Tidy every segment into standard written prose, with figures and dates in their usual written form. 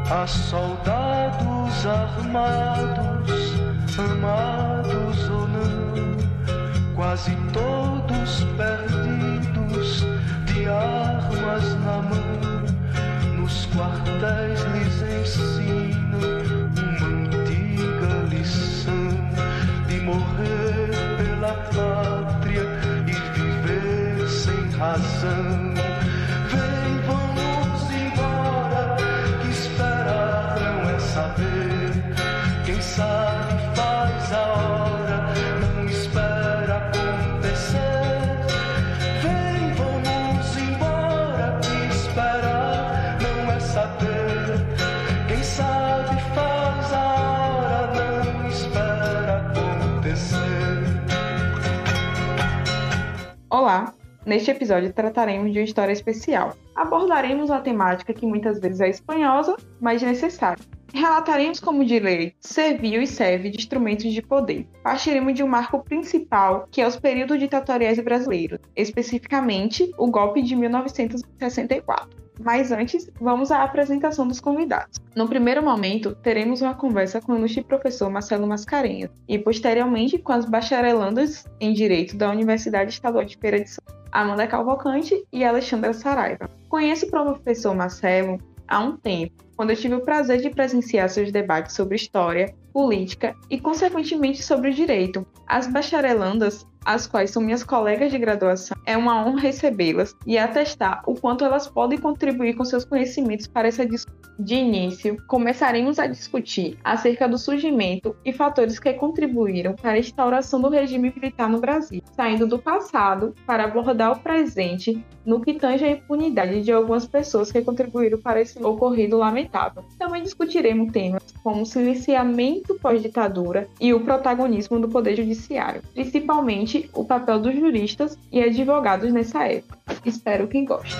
a soldados armados, amados ou não, quase todos perdidos, de armas na mão, nos quartéis lhes ensina uma antiga lição de morrer pela pátria e viver sem razão. Vem, vamos embora, que esperar não é saber. Quem sabe faz a hora, não espera acontecer. Vem, vamos embora, que esperar não é saber. Quem sabe faz a hora, não espera acontecer. Olá! Neste episódio trataremos de uma história especial. Abordaremos uma temática que muitas vezes é espanhosa, mas necessária. Relataremos como o direito serviu e serve de instrumentos de poder. Partiremos de um marco principal, que é os períodos ditatoriais brasileiros, especificamente o golpe de 1964. Mas antes, vamos à apresentação dos convidados. No primeiro momento, teremos uma conversa com o ilustre professor Marcelo Mascarenhas e, posteriormente, com as bacharelandas em Direito da Universidade Estadual de Feira de Santana, Amanda Cavalcante e Alexandra Saraiva. Conheço o professor Marcelo há um tempo, quando eu tive o prazer de presenciar seus debates sobre história, política e, consequentemente, sobre o direito. As bacharelandas, as quais são minhas colegas de graduação, é uma honra recebê-las e atestar o quanto elas podem contribuir com seus conhecimentos para essa discussão. De início, começaremos a discutir acerca do surgimento e fatores que contribuíram para a instauração do regime militar no Brasil, saindo do passado para abordar o presente no que tange à impunidade de algumas pessoas que contribuíram para esse ocorrido lamentável. Também discutiremos temas como o silenciamento pós-ditadura e o protagonismo do Poder Judiciário, principalmente o papel dos juristas e advogados nessa época. Espero que gostem.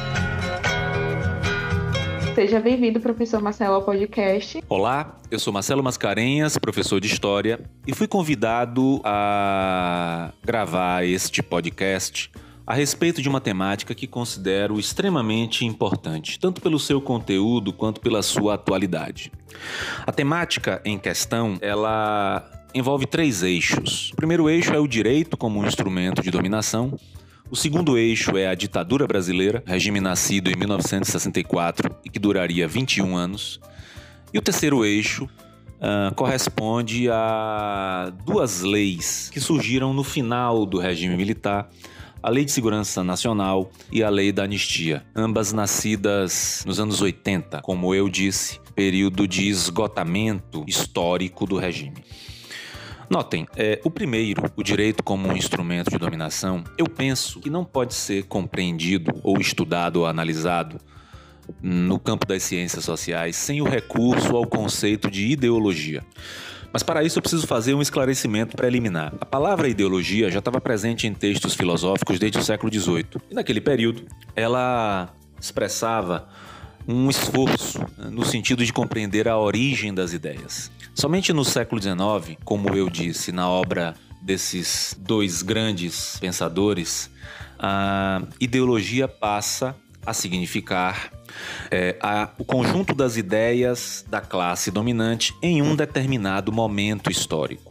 Seja bem-vindo, professor Marcelo, ao podcast. Olá, eu sou Marcelo Mascarenhas, professor de História, e fui convidado a gravar este podcast a respeito de uma temática que considero extremamente importante, tanto pelo seu conteúdo quanto pela sua atualidade. A temática em questão, ela envolve 3 eixos. O primeiro eixo é o direito como um instrumento de dominação. O segundo eixo é a ditadura brasileira, regime nascido em 1964 e que duraria 21 anos. E o terceiro eixo corresponde a 2 leis que surgiram no final do regime militar, a Lei de Segurança Nacional e a Lei da Anistia, ambas nascidas nos anos 80, como eu disse, período de esgotamento histórico do regime. Notem, o primeiro, o direito como um instrumento de dominação, eu penso que não pode ser compreendido ou estudado ou analisado no campo das ciências sociais sem o recurso ao conceito de ideologia. Mas para isso eu preciso fazer um esclarecimento preliminar. A palavra ideologia já estava presente em textos filosóficos desde o século XVIII. E naquele período, ela expressava um esforço no sentido de compreender a origem das ideias. Somente no século XIX, como eu disse na obra desses 2 grandes pensadores, a ideologia passa a significar o conjunto das ideias da classe dominante em um determinado momento histórico.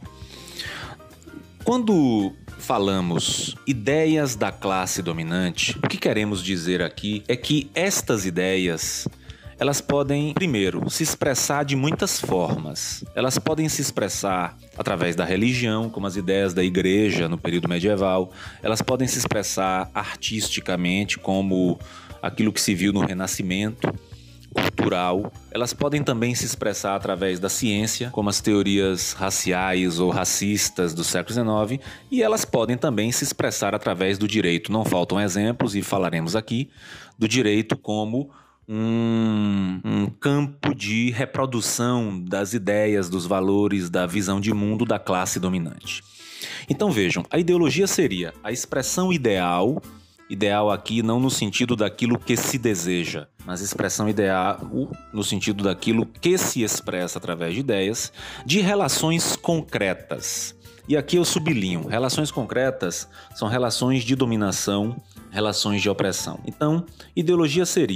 Quando falamos ideias da classe dominante, o que queremos dizer aqui é que estas ideias, elas podem, primeiro, se expressar de muitas formas. Elas podem se expressar através da religião, como as ideias da igreja no período medieval. Elas podem se expressar artisticamente, como aquilo que se viu no Renascimento cultural. Elas podem também se expressar através da ciência, como as teorias raciais ou racistas do século XIX, e elas podem também se expressar através do direito. Não faltam exemplos, e falaremos aqui do direito como um campo de reprodução das ideias, dos valores, da visão de mundo da classe dominante. Então vejam, a ideologia seria a expressão ideal aqui não no sentido daquilo que se deseja, mas expressão ideal no sentido daquilo que se expressa através de ideias, de relações concretas. E aqui eu sublinho, relações concretas são relações de dominação, relações de opressão. Então, ideologia seria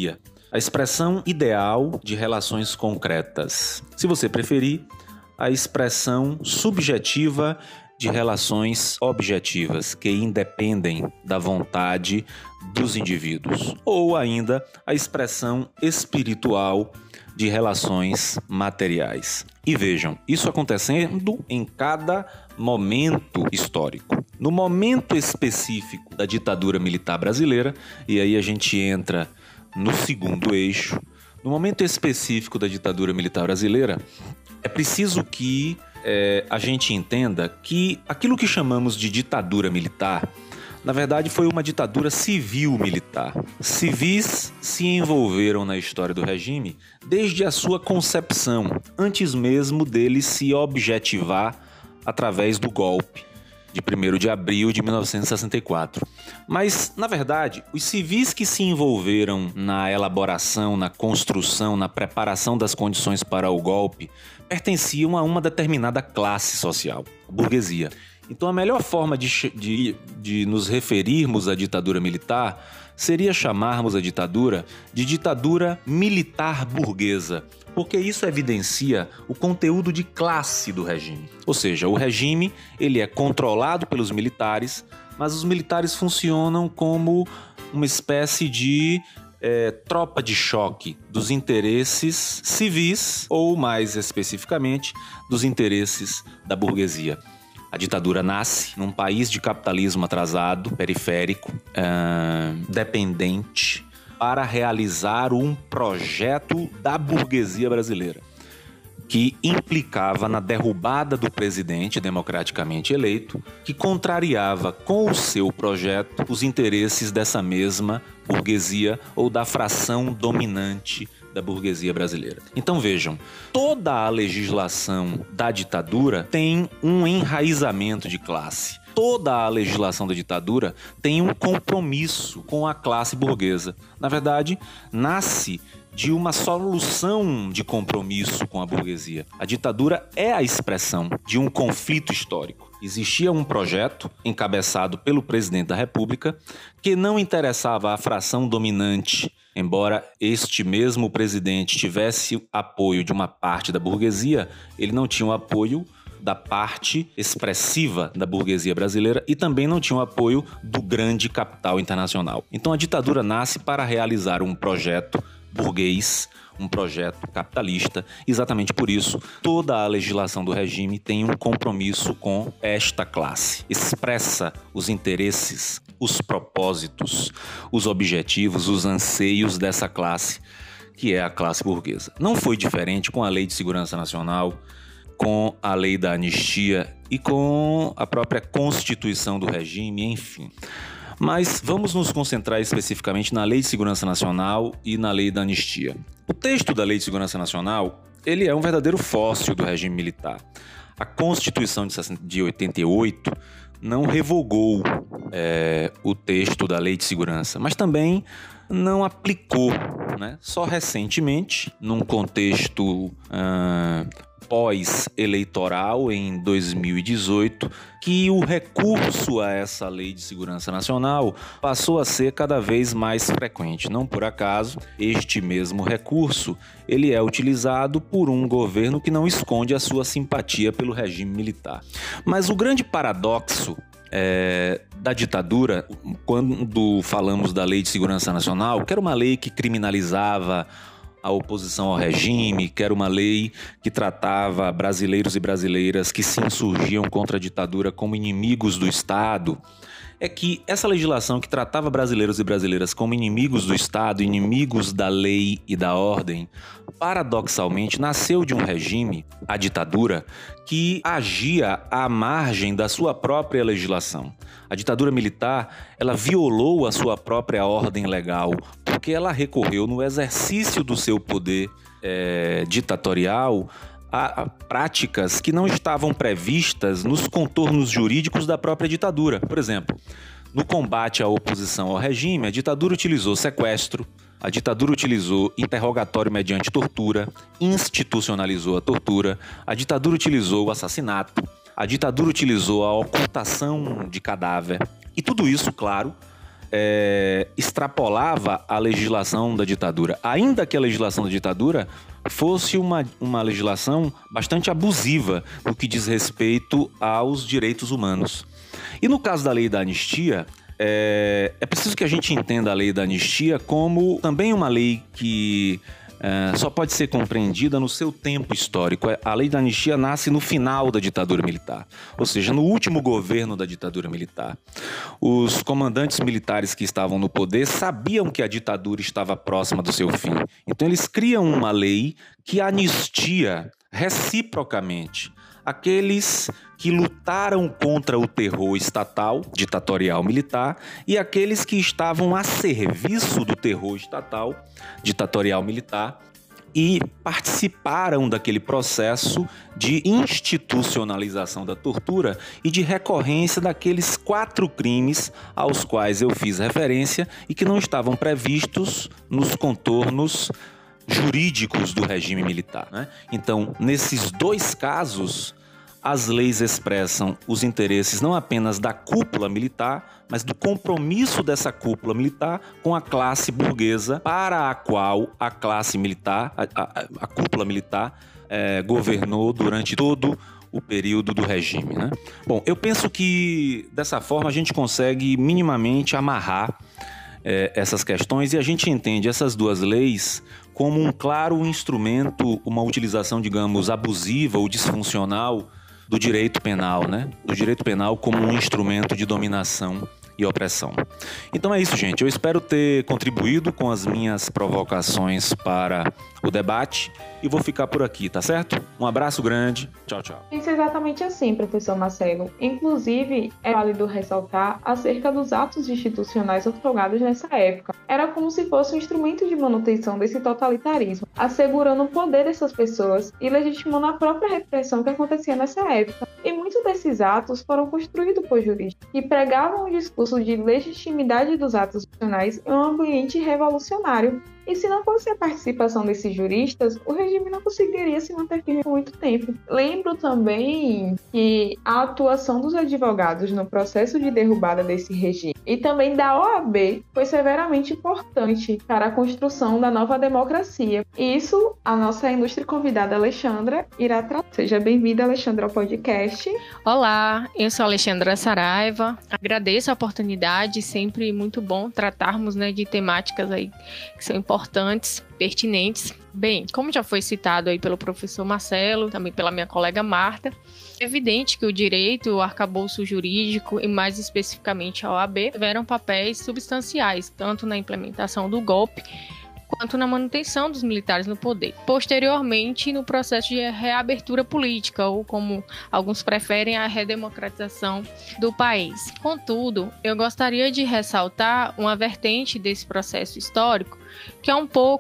a expressão ideal de relações concretas. Se você preferir, a expressão subjetiva de relações objetivas que independem da vontade dos indivíduos, ou ainda a expressão espiritual de relações materiais. E vejam, isso acontecendo em cada momento histórico. No momento específico da ditadura militar brasileira, e aí a gente entra no segundo eixo, no momento específico da ditadura militar brasileira, é preciso que a gente entenda que aquilo que chamamos de ditadura militar, na verdade, foi uma ditadura civil-militar. Civis se envolveram na história do regime desde a sua concepção, antes mesmo dele se objetivar através do golpe de 1º de abril de 1964. Mas, na verdade, os civis que se envolveram na elaboração, na construção, na preparação das condições para o golpe, pertenciam a uma determinada classe social, a burguesia. Então, a melhor forma de nos referirmos à ditadura militar seria chamarmos a ditadura de ditadura militar burguesa, porque isso evidencia o conteúdo de classe do regime. Ou seja, o regime ele é controlado pelos militares, mas os militares funcionam como uma espécie de tropa de choque dos interesses civis ou, mais especificamente, dos interesses da burguesia. A ditadura nasce num país de capitalismo atrasado, periférico, dependente, para realizar um projeto da burguesia brasileira, que implicava na derrubada do presidente democraticamente eleito, que contrariava com o seu projeto os interesses dessa mesma burguesia ou da fração dominante da burguesia brasileira. Então vejam, toda a legislação da ditadura tem um enraizamento de classe. Toda a legislação da ditadura tem um compromisso com a classe burguesa. Na verdade, nasce de uma solução de compromisso com a burguesia. A ditadura é a expressão de um conflito histórico. Existia um projeto encabeçado pelo presidente da República que não interessava à fração dominante. Embora este mesmo presidente tivesse apoio de uma parte da burguesia, ele não tinha o apoio da parte expressiva da burguesia brasileira e também não tinha o apoio do grande capital internacional. Então a ditadura nasce para realizar um projeto burguês, um projeto capitalista. Exatamente por isso, toda a legislação do regime tem um compromisso com esta classe. Expressa os interesses, os propósitos, os objetivos, os anseios dessa classe, que é a classe burguesa. Não foi diferente com a Lei de Segurança Nacional, com a Lei da Anistia e com a própria Constituição do regime, enfim. Mas vamos nos concentrar especificamente na Lei de Segurança Nacional e na Lei da Anistia. O texto da Lei de Segurança Nacional, ele é um verdadeiro fóssil do regime militar. A Constituição de 88 não revogou o texto da Lei de Segurança, mas também não aplicou, né? Só recentemente, num contexto pós-eleitoral, em 2018, que o recurso a essa Lei de Segurança Nacional passou a ser cada vez mais frequente. Não por acaso, este mesmo recurso ele é utilizado por um governo que não esconde a sua simpatia pelo regime militar. Mas o grande paradoxo da ditadura, quando falamos da Lei de Segurança Nacional, que era uma lei que criminalizava a oposição ao regime, que era uma lei que tratava brasileiros e brasileiras que se insurgiam contra a ditadura como inimigos do Estado, é que essa legislação que tratava brasileiros e brasileiras como inimigos do Estado, inimigos da lei e da ordem, paradoxalmente nasceu de um regime, a ditadura, que agia à margem da sua própria legislação. A ditadura militar, ela violou a sua própria ordem legal, porque ela recorreu no exercício do seu poder ditatorial a práticas que não estavam previstas nos contornos jurídicos da própria ditadura. Por exemplo, no combate à oposição ao regime, a ditadura utilizou sequestro, a ditadura utilizou interrogatório mediante tortura, institucionalizou a tortura, a ditadura utilizou o assassinato, a ditadura utilizou a ocultação de cadáver. E tudo isso, claro, extrapolava a legislação da ditadura, ainda que a legislação da ditadura fosse uma legislação bastante abusiva no que diz respeito aos direitos humanos. E no caso da lei da anistia, é preciso que a gente entenda a lei da anistia como também uma lei que só pode ser compreendida no seu tempo histórico. A lei da anistia nasce no final da ditadura militar, ou seja, no último governo da ditadura militar. Os comandantes militares que estavam no poder sabiam que a ditadura estava próxima do seu fim. Então eles criam uma lei que anistia reciprocamente aqueles que lutaram contra o terror estatal, ditatorial militar, e aqueles que estavam a serviço do terror estatal, ditatorial militar, e participaram daquele processo de institucionalização da tortura e de recorrência daqueles 4 crimes aos quais eu fiz referência e que não estavam previstos nos contornos jurídicos do regime militar, né? Então, nesses 2 casos, as leis expressam os interesses não apenas da cúpula militar, mas do compromisso dessa cúpula militar com a classe burguesa, para a qual a classe militar, a cúpula militar, governou durante todo o período do regime, né? Bom, eu penso que dessa forma a gente consegue minimamente amarrar essas questões, e a gente entende essas 2 leis como um claro instrumento, uma utilização, digamos, abusiva ou disfuncional do direito penal, né? Do direito penal como um instrumento de dominação e opressão. Então é isso, gente. Eu espero ter contribuído com as minhas provocações para o debate e vou ficar por aqui, tá certo? Um abraço grande. Tchau, tchau. Isso é exatamente assim, professor Marcelo. Inclusive, é válido ressaltar acerca dos atos institucionais outorgados nessa época. Era como se fosse um instrumento de manutenção desse totalitarismo, assegurando o poder dessas pessoas e legitimando a própria repressão que acontecia nessa época. E muitos desses atos foram construídos por juristas que pregavam o discurso de legitimidade dos atos institucionais em um ambiente revolucionário. E se não fosse a participação desses juristas, o regime não conseguiria se manter firme por muito tempo. Lembro também que a atuação dos advogados no processo de derrubada desse regime e também da OAB foi severamente importante para a construção da nova democracia. Isso a nossa ilustre convidada Alexandra irá tratar. Seja bem-vinda, Alexandra, ao podcast. Olá, eu sou Alexandra Saraiva. Agradeço a oportunidade, sempre muito bom tratarmos, de temáticas aí que são importantes, pertinentes. Bem, como já foi citado aí pelo professor Marcelo, também pela minha colega Marta, é evidente que o direito, o arcabouço jurídico e mais especificamente a OAB tiveram papéis substanciais, tanto na implementação do golpe quanto na manutenção dos militares no poder. Posteriormente, no processo de reabertura política, ou como alguns preferem, a redemocratização do país. Contudo, eu gostaria de ressaltar uma vertente desse processo histórico que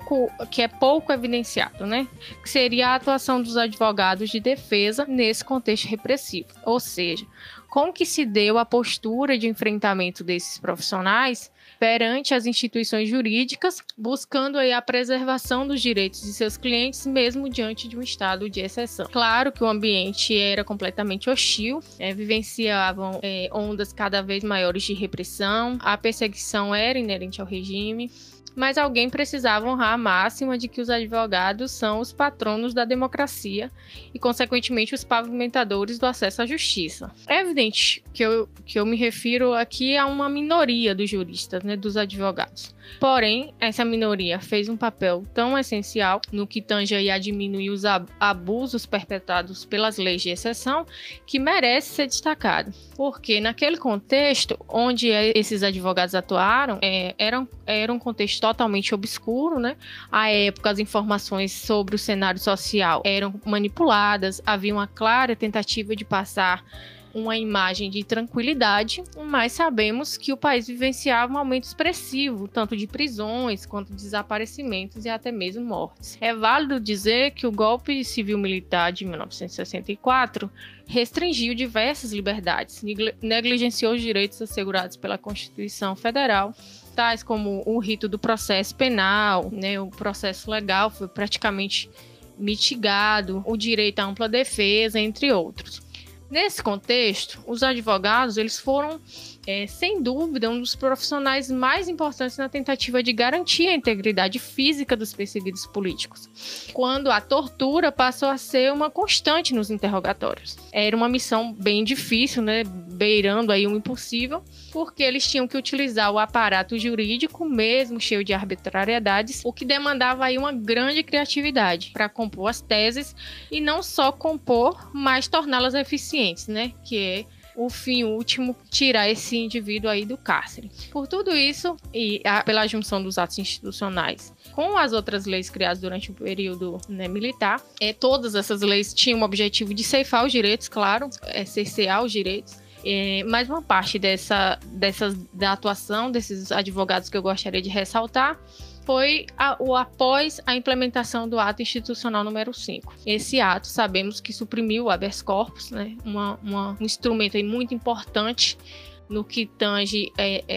é pouco evidenciado, que seria a atuação dos advogados de defesa nesse contexto repressivo. Ou seja, como que se deu a postura de enfrentamento desses profissionais perante as instituições jurídicas, buscando aí a preservação dos direitos de seus clientes, mesmo diante de um estado de exceção. Claro que o ambiente era completamente hostil, vivenciavam ondas cada vez maiores de repressão, a perseguição era inerente ao regime, mas alguém precisava honrar a máxima de que os advogados são os patronos da democracia e, consequentemente, os pavimentadores do acesso à justiça. É evidente que eu me refiro aqui a uma minoria dos juristas, dos advogados. Porém, essa minoria fez um papel tão essencial no que tange a diminuir os abusos perpetrados pelas leis de exceção que merece ser destacado. Porque naquele contexto onde esses advogados atuaram, era um contexto totalmente obscuro, À época, as informações sobre o cenário social eram manipuladas, havia uma clara tentativa de passar uma imagem de tranquilidade, mas sabemos que o país vivenciava um aumento expressivo, tanto de prisões quanto de desaparecimentos e até mesmo mortes. É válido dizer que o golpe civil-militar de 1964 restringiu diversas liberdades, negligenciou os direitos assegurados pela Constituição Federal, tais como o rito do processo penal, o processo legal foi praticamente mitigado, o direito à ampla defesa, entre outros. Nesse contexto, os advogados eles foram, sem dúvida, um dos profissionais mais importantes na tentativa de garantir a integridade física dos perseguidos políticos, quando a tortura passou a ser uma constante nos interrogatórios. Era uma missão bem difícil, né, beirando aí um impossível, porque eles tinham que utilizar o aparato jurídico, mesmo cheio de arbitrariedades, o que demandava aí uma grande criatividade para compor as teses, e não só compor, mas torná-las eficientes, né, que é o fim último, tirar esse indivíduo aí do cárcere. Por tudo isso, e pela junção dos atos institucionais com as outras leis criadas durante o período, né, militar, todas essas leis tinham o objetivo de ceifar os direitos, claro, cercear os direitos. Mas uma parte da atuação desses advogados que eu gostaria de ressaltar foi após a implementação do ato institucional número 5. Esse ato, sabemos que suprimiu o habeas corpus, né, um instrumento aí muito importante no que tange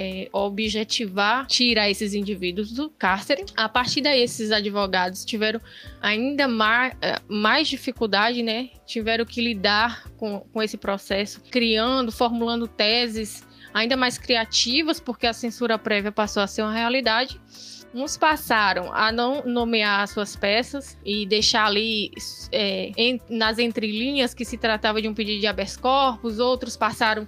objetivar, tirar esses indivíduos do cárcere. A partir daí, esses advogados tiveram ainda mais dificuldade, né? Tiveram que lidar com esse processo, formulando teses ainda mais criativas, porque a censura prévia passou a ser uma realidade. Uns passaram a não nomear suas peças e deixar ali nas entrelinhas que se tratava de um pedido de habeas corpus, outros passaram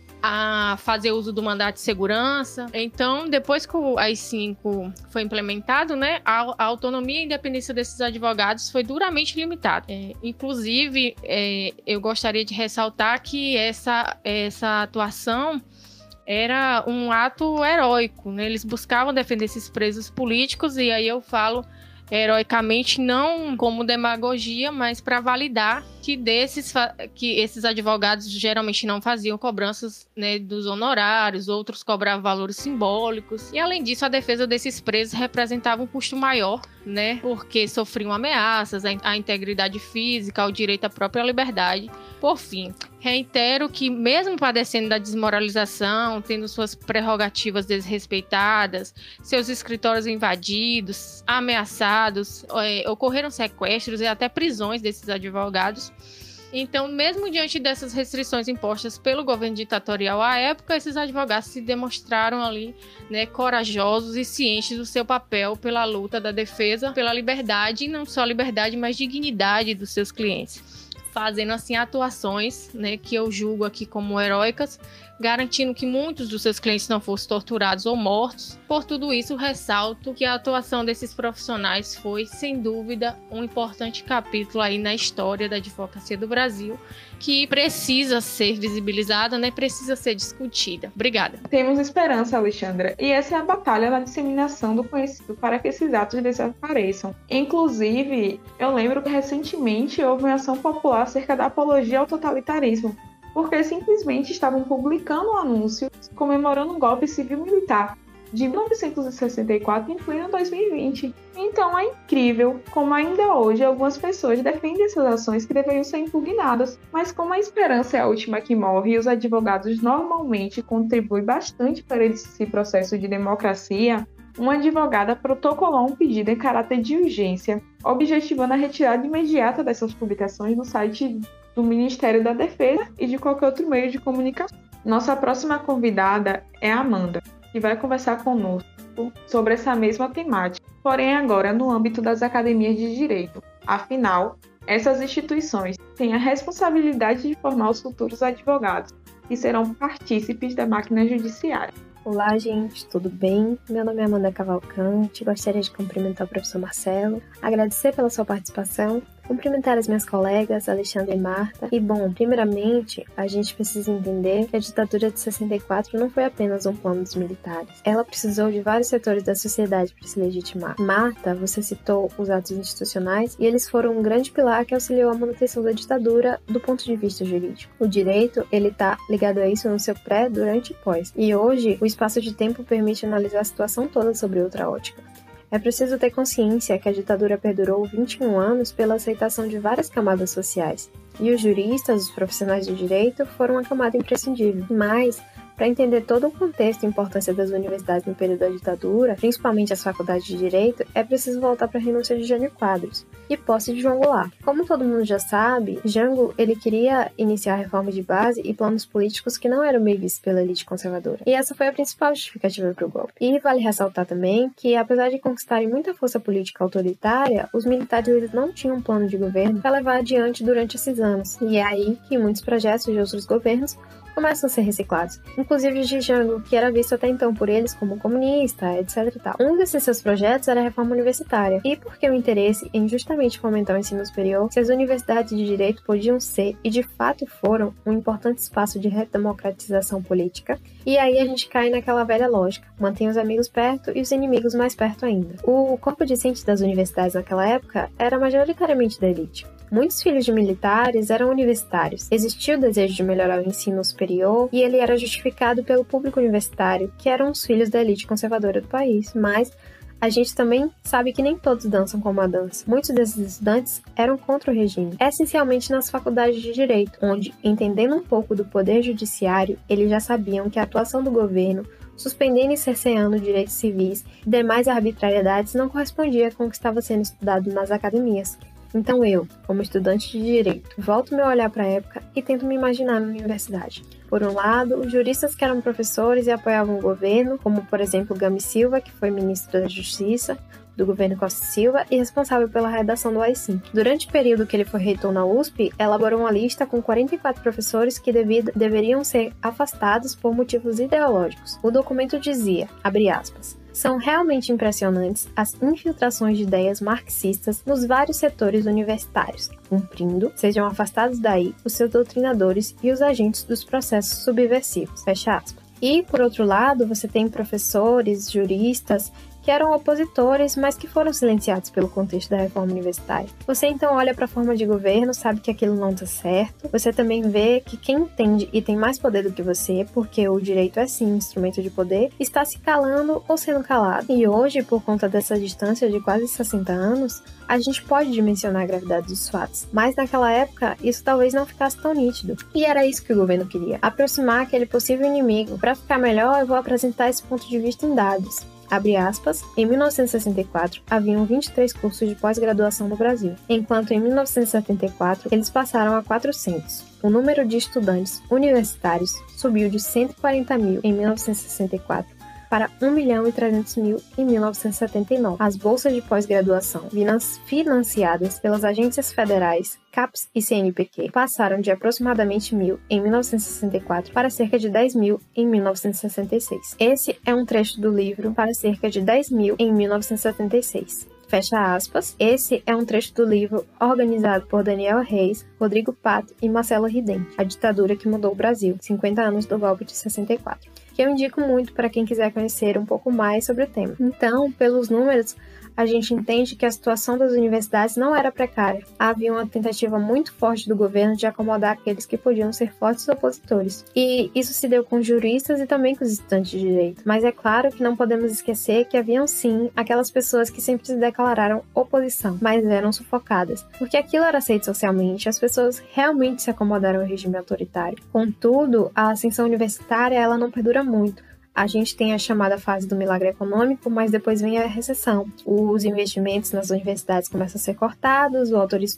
a fazer uso do mandato de segurança. Então, depois que o AI-5 foi implementado, né, a autonomia e independência desses advogados foi duramente limitada. Inclusive, eu gostaria de ressaltar que essa atuação era um ato heróico, né? Eles buscavam defender esses presos políticos, e aí eu falo heroicamente não como demagogia, mas para validar que esses advogados geralmente não faziam cobranças, né, dos honorários, outros cobravam valores simbólicos. E além disso, a defesa desses presos representava um custo maior, né, porque sofriam ameaças à integridade física, ao direito à própria liberdade. Por fim, reitero que, mesmo padecendo da desmoralização, tendo suas prerrogativas desrespeitadas, seus escritórios invadidos, ameaçados, ocorreram sequestros e até prisões desses advogados. Então, mesmo diante dessas restrições impostas pelo governo ditatorial à época, esses advogados se demonstraram ali, né, corajosos e cientes do seu papel pela luta da defesa pela liberdade, e não só liberdade, mas dignidade dos seus clientes, fazendo assim atuações, né, que eu julgo aqui como heróicas, garantindo que muitos dos seus clientes não fossem torturados ou mortos. Por tudo isso, ressalto que a atuação desses profissionais foi, sem dúvida, um importante capítulo aí na história da advocacia do Brasil, que precisa ser visibilizada, né, precisa ser discutida. Obrigada. Temos esperança, Alexandra, e essa é a batalha na disseminação do conhecimento para que esses atos desapareçam. Inclusive, eu lembro que recentemente houve uma ação popular acerca da apologia ao totalitarismo, porque simplesmente estavam publicando um anúncio comemorando um golpe civil-militar de 1964 em pleno 2020. Então é incrível como ainda hoje algumas pessoas defendem essas ações que deveriam ser impugnadas, mas como a esperança é a última que morre e os advogados normalmente contribuem bastante para esse processo de democracia, uma advogada protocolou um pedido em caráter de urgência, objetivando a retirada imediata dessas publicações no site do Ministério da Defesa e de qualquer outro meio de comunicação. Nossa próxima convidada é a Amanda, que vai conversar conosco sobre essa mesma temática, porém agora no âmbito das academias de direito. Afinal, essas instituições têm a responsabilidade de formar os futuros advogados, que serão partícipes da máquina judiciária. Olá, gente, tudo bem? Meu nome é Amanda Cavalcante, gostaria de cumprimentar o professor Marcelo, agradecer pela sua participação, cumprimentar as minhas colegas, Alexandre e Marta. E, bom, primeiramente, a gente precisa entender que a ditadura de 64 não foi apenas um plano dos militares. Ela precisou de vários setores da sociedade para se legitimar. Marta, você citou os atos institucionais, e eles foram um grande pilar que auxiliou a manutenção da ditadura do ponto de vista jurídico. O direito, ele tá ligado a isso no seu pré, durante e pós. E hoje, o espaço de tempo permite analisar a situação toda sobre outra ótica. É preciso ter consciência que a ditadura perdurou 21 anos pela aceitação de várias camadas sociais, e os juristas, os profissionais do direito, foram uma camada imprescindível. Mas Para entender todo o contexto e importância das universidades no período da ditadura, principalmente as faculdades de Direito, é preciso voltar para a renúncia de Jânio Quadros e posse de João Goulart. Como todo mundo já sabe, Jango ele queria iniciar reformas de base e planos políticos que não eram bem vistos pela elite conservadora. E essa foi a principal justificativa para o golpe. E vale ressaltar também que, apesar de conquistarem muita força política autoritária, os militares eles não tinham um plano de governo para levar adiante durante esses anos. E é aí que muitos projetos de outros governos começam a ser reciclados, inclusive de Jango, que era visto até então por eles como comunista, etc e tal. Um desses seus projetos era a reforma universitária, e porque o interesse em justamente fomentar o ensino superior, se as universidades de direito podiam ser, e de fato foram, um importante espaço de redemocratização política, e aí a gente cai naquela velha lógica, mantém os amigos perto e os inimigos mais perto ainda. O corpo docente das universidades naquela época era majoritariamente da elite. Muitos filhos de militares eram universitários. Existia o desejo de melhorar o ensino superior e ele era justificado pelo público universitário, que eram os filhos da elite conservadora do país. Mas a gente também sabe que nem todos dançam como a dança. Muitos desses estudantes eram contra o regime, essencialmente nas faculdades de Direito, onde, entendendo um pouco do poder judiciário, eles já sabiam que a atuação do governo suspendendo e cerceando direitos civis e demais arbitrariedades não correspondia com o que estava sendo estudado nas academias. Então eu, como estudante de Direito, volto meu olhar para a época e tento me imaginar na universidade. Por um lado, os juristas que eram professores e apoiavam o governo, como por exemplo Gami Silva, que foi ministro da Justiça do governo Costa Silva e responsável pela redação do AI-5. Durante o período que ele foi reitor na USP, elaborou uma lista com 44 professores que deveriam ser afastados por motivos ideológicos. O documento dizia, abre aspas, são realmente impressionantes as infiltrações de ideias marxistas nos vários setores universitários, cumprindo, sejam afastados daí os seus doutrinadores e os agentes dos processos subversivos. Fecha aspas. E, por outro lado, você tem professores, juristas, que eram opositores, mas que foram silenciados pelo contexto da reforma universitária. Você então olha para a forma de governo, sabe que aquilo não está certo. Você também vê que quem entende e tem mais poder do que você, porque o direito é sim um instrumento de poder, está se calando ou sendo calado. E hoje, por conta dessa distância de quase 60 anos, a gente pode dimensionar a gravidade dos fatos. Mas naquela época, isso talvez não ficasse tão nítido. E era isso que o governo queria, aproximar aquele possível inimigo. Para ficar melhor, eu vou apresentar esse ponto de vista em dados. Abre aspas, em 1964, haviam 23 cursos de pós-graduação no Brasil, enquanto em 1974 eles passaram a 400. O número de estudantes universitários subiu de 140 mil em 1964 para 1.300.000 em 1979. As bolsas de pós-graduação, financiadas pelas agências federais, CAPES e CNPq, passaram de aproximadamente 1.000 em 1964 para cerca de 10.000 em 1966. Esse é um trecho do livro Para cerca de 10.000 em 1976. Fecha aspas. Esse é um trecho do livro organizado por Daniel Reis, Rodrigo Pato e Marcelo Ridente, A Ditadura que Mudou o Brasil, 50 anos do golpe de 64, que eu indico muito para quem quiser conhecer um pouco mais sobre o tema. Então, pelos números, a gente entende que a situação das universidades não era precária. Havia uma tentativa muito forte do governo de acomodar aqueles que podiam ser fortes opositores. E isso se deu com os juristas e também com os estudantes de direito. Mas é claro que não podemos esquecer que haviam sim aquelas pessoas que sempre se declararam oposição, mas eram sufocadas. Porque aquilo era aceito socialmente, as pessoas realmente se acomodaram ao regime autoritário. Contudo, a ascensão universitária ela não perdura muito. A gente tem a chamada fase do milagre econômico, mas depois vem a recessão. Os investimentos nas universidades começam a ser cortados, o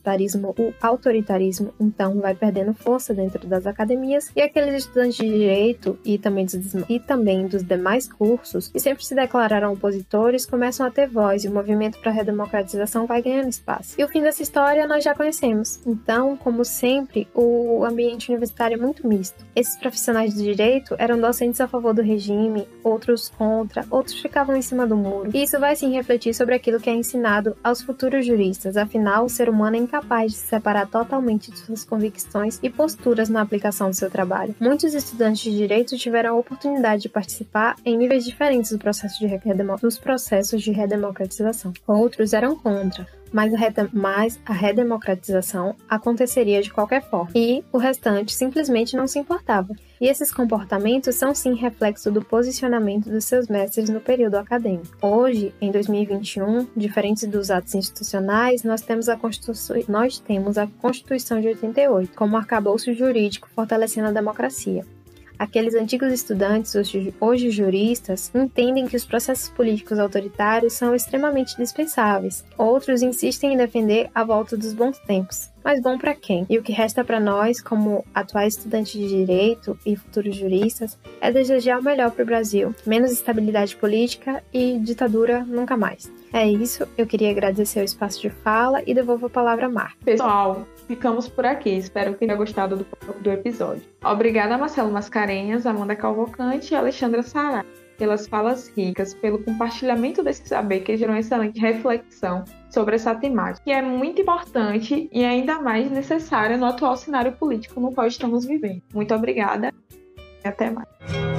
autoritarismo então vai perdendo força dentro das academias, e aqueles estudantes de direito e também dos demais cursos, que sempre se declararam opositores, começam a ter voz, e o movimento para a redemocratização vai ganhando espaço. E o fim dessa história nós já conhecemos. Então, como sempre, o ambiente universitário é muito misto. Esses profissionais de direito eram docentes a favor do regime, outros contra, outros ficavam em cima do muro. E isso vai sim refletir sobre aquilo que é ensinado aos futuros juristas. Afinal, o ser humano é incapaz de se separar totalmente de suas convicções e posturas na aplicação do seu trabalho. Muitos estudantes de direito tiveram a oportunidade de participar em níveis diferentes dos processos de redemocratização. Outros eram contra, mas a redemocratização aconteceria de qualquer forma, e o restante simplesmente não se importava. E esses comportamentos são sim reflexo do posicionamento dos seus mestres no período acadêmico. Hoje, em 2021, diferente dos atos institucionais, nós temos a Constituição de 88 como arcabouço jurídico fortalecendo a democracia. Aqueles antigos estudantes, hoje juristas, entendem que os processos políticos autoritários são extremamente dispensáveis. Outros insistem em defender a volta dos bons tempos. Mas bom para quem? E o que resta para nós, como atuais estudantes de direito e futuros juristas, é desejar o melhor para o Brasil. Menos estabilidade política e ditadura nunca mais. É isso, eu queria agradecer o espaço de fala e devolvo a palavra a Marta. Pessoal, ficamos por aqui. Espero que tenha gostado do episódio. Obrigada a Marcelo Mascarenhas, Amanda Cavalcante e Alexandra Saraiva pelas falas ricas, pelo compartilhamento desse saber que gerou uma excelente reflexão sobre essa temática, que é muito importante e ainda mais necessária no atual cenário político no qual estamos vivendo. Muito obrigada e até mais.